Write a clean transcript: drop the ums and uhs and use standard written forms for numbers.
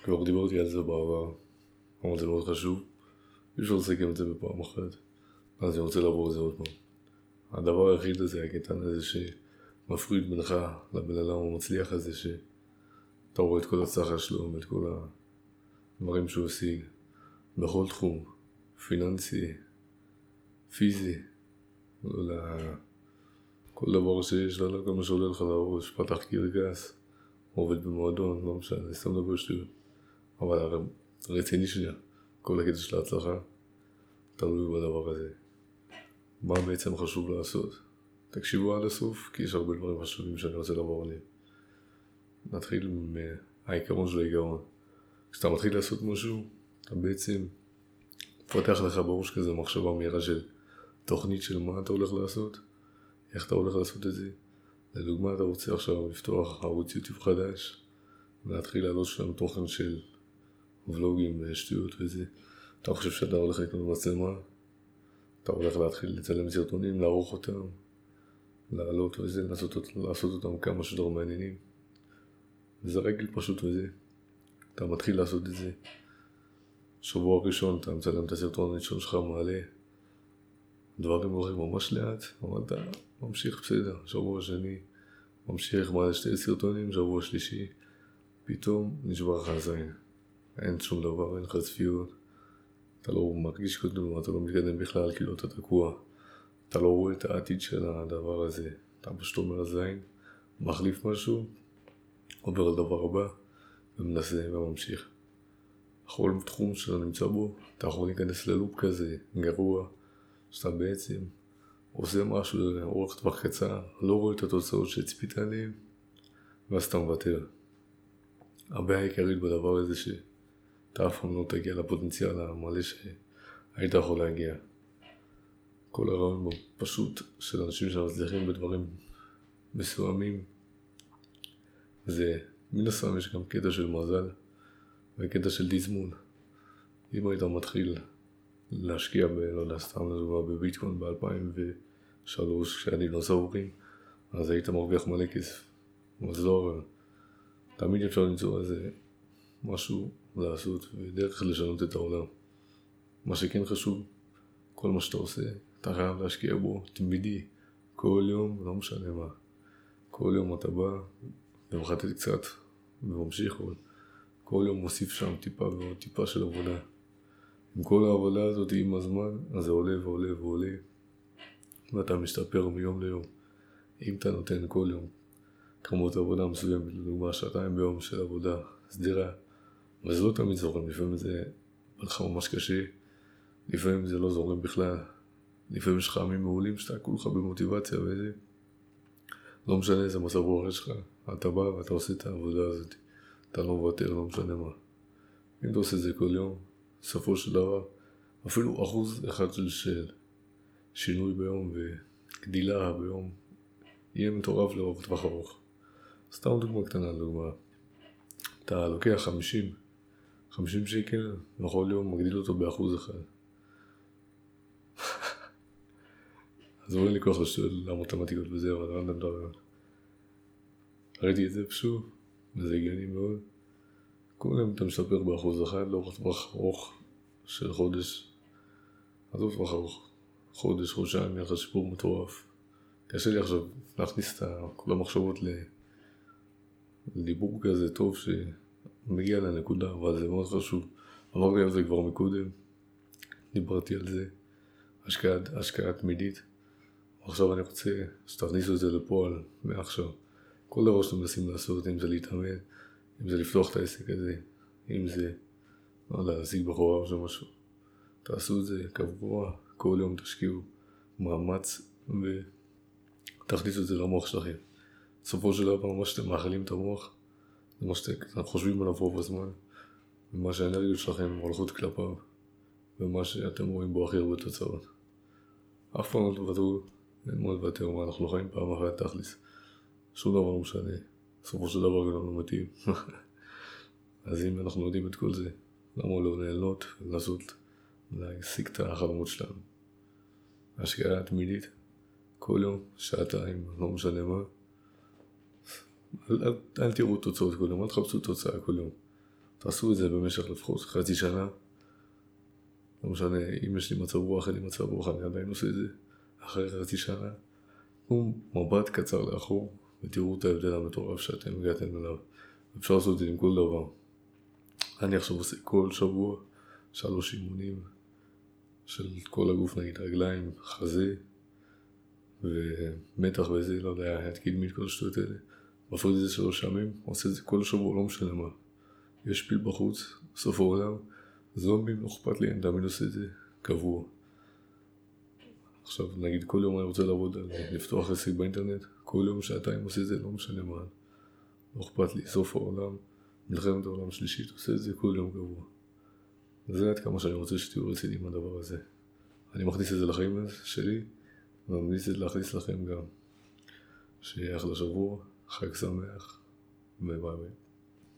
כבר דיברתי על זה בעבר, אבל זה מאוד חשוב. אי אפשר לסכם את זה בפעם אחת, אז אני רוצה לעבור את זה עוד פעם. הדבר היחיד הזה, הקטן הזה שמפריד בינך לבן אדם המצליח הזה, שאתה רואה את כל הצלחה שלו ואת כל הדברים שהוא השיג בכל תחום, פיננסי, פיזי, כל דבר שיש לה, כל מה שעולה לך לראש, פתח קרקס, עובד במועדון, לא משנה, סתם דבר שטויות. אבל הרציני שנייה, כל הקטע של ההצלחה, תלוי בדבר הזה. מה בעצם חשוב לעשות? תקשיבו עד הסוף, כי יש הרבה דברים חשובים שאני רוצה לעבור עליהם. נתחיל מהעיקרון של העיקרון. כשאתה מתחיל לעשות משהו, אתה בעצם פותח לך בראש כזה מחשבה מהירה של תוכנית של מה אתה הולך לעשות, איך אתה הולך לעשות את זה. לדוגמה, אתה רוצה עכשיו לפתוח ערוץ יוטיוב חדש, ולהתחיל לעלות שם תוכן של ולוגים ושטויות וזה. אתה חושב שאתה הולך לקנות מצלמה, אתה הולך להתחיל לצלם סרטונים, לערוך אותם, לעלות וזה, לעשות אותם כמה שיותר מעניינים. וזה רגל פשוט וזה. אתה מתחיל לעשות את זה. שבוע ראשון אתה מצלם את הסרטון הראשון שלך מעלה. דברים הולכים ממש לאט, אבל אתה ממשיך בסדר. שבוע שני, ממשיך מעלה 2 סרטונים, שבוע שלישי, פתאום נשבר לך הזין. אין שום דבר, אין לך צפיות. אתה לא מרגיש קודם, אתה לא מתקדם בכלל, כאילו אתה תקוע. אתה לא רואה את העתיד של הדבר הזה. אתה פשוט אומר הזין, מחליף משהו, עובר לדבר הבא, ומנסה וממשיך. בכל תחום שאתה נמצא בו, אתה יכול להיכנס ללופ כזה, גרוע, שאתה בעצם עושה משהו לאורך טווח קצר, לא רואה את התוצאות שצפית עליהן, ואז אתה מוותר. הבעיה העיקרית בדבר הזה שאתה אף פעם לא תגיע לפוטנציאל המלא שהיית יכול להגיע. כל הרעיון פשוט של אנשים שמצליחים בדברים מסוימים, זה מן הסתם יש גם קטע של מזל וקטע של תזמון. אם היית מתחיל להשקיע לא יודע, סתם לדוגמה בביטקוין ב-2003 כשהדינוסאורים, אז היית מרוויח מלא כסף. אבל זה לא הרעיון. תמיד אפשר למצוא איזה משהו לעשות ודרך לשנות את העולם. מה שכן חשוב, כל מה שאתה עושה, אתה חייב להשקיע בו תמידי, כל יום, לא משנה מה. כל יום אתה בא ומחטט קצת וממשיך עוד. כל יום מוסיף שם טיפה ועוד טיפה של עבודה. עם כל העבודה הזאת עם הזמן, אז זה עולה ועולה ועולה. ואתה משתפר מיום ליום. אם אתה נותן כל יום כמות עבודה מסוימת, לדוגמה 2 ביום של עבודה סדירה, וזה לא תמיד זורם, לפעמים זה לך ממש קשה, לפעמים זה לא זורם בכלל, לפעמים יש לך ימים מעולים שאתה כולך במוטיבציה וזה, לא משנה איזה מצב רוח שלך, אתה בא ואתה עושה את העבודה הזאת, אתה לא מוותר, לא משנה מה. אם אתה עושה את זה כל יום, סופו של דבר, אפילו 1% של שינוי ביום וגדילה ביום, יהיה מטורף לאורך טווח ארוך. סתם דוגמה קטנה, לדוגמה, אתה לוקח 50 שקל, בכל יום מגדיל אותו ב1%. אז בואי לקוח למתמטיקות וזה, אבל לא נדבר. ראיתי את זה פשוט, וזה הגיוני מאוד. כל יום אתה משתפר ב1% לאורך טווח ארוך של חודש. עזוב טווח ארוך, חודש, חודשיים, יהיה לך שיפור מטורף. קשה לי עכשיו להכניס את כל המחשבות לדיבור כזה טוב שמגיע לנקודה, אבל זה מאוד חשוב. אמרתי על זה כבר מקודם, דיברתי על זה, השקעה תמידית. עכשיו אני רוצה שתכניסו את זה לפועל מעכשיו. כל דבר שאתם מנסים לעשות, אם זה להתאמן, אם זה לפתוח את העסק הזה, אם זה, לא יודע, להשיג בחורה או שמשהו. תעשו את זה קבוע, כל יום תשקיעו מאמץ ותכניסו את זה למוח שלכם. בסופו של דבר, מה שאתם מאכלים את המוח, זה מה שאתם חושבים עליו רוב הזמן, ומה שהאנרגיות שלכם הולכות כלפיו, ומה שאתם רואים בו הכי הרבה תוצאות. אף פעם לא תוותרו, אין מה לוותר, מה אנחנו חיים פעם אחת תכלס. שום דבר לא משנה, בסופו של דבר גם לא מתאים. אז אם אנחנו יודעים את כל זה, למה לא ליהנות ולנסות להשיג את החלומות שלנו. השקעה תמידית, כל יום, שעתיים, לא משנה מה. אל תראו תוצאות כל יום, אל תחפשו תוצאה כל יום. תעשו את זה במשך לפחות חצי שנה. לא משנה, אם יש לי מצב רוח, אין לי מצב רוח, אני עדיין עושה את זה. אחרי חצי שנה, תנו מבט קצר לאחור, ותראו את ההבדל המטורף שאתם הגעתם אליו. אפשר לעשות את זה עם כל דבר. אני עכשיו עושה כל שבוע 3 אימונים של כל הגוף, נגיד רגליים, חזה ומתח וזה, לא יודע, יד קדמית, כל השטויות האלה. מפריד את זה 3 ימים, עושה את זה כל שבוע, לא משנה מה. יש פיל בחוץ, סוף העולם, זומבים, לא אכפת לי, אני תמיד עושה את זה קבוע. עכשיו, נגיד כל יום אני רוצה לעבוד על לפתוח עסק באינטרנט, כל יום 2 עושה את זה, לא משנה מה. לא אכפת לי, סוף העולם, מלחמת העולם שלישית, עושה את זה כל יום קבוע. זה עד כמה שאני רוצה שתהיו רציניים מהדבר הזה. אני מכניס את זה לחיים שלי, וממליץ את להכניס לכם גם. שיהיה אחלה שבוע, חג שמח, וביי ביי.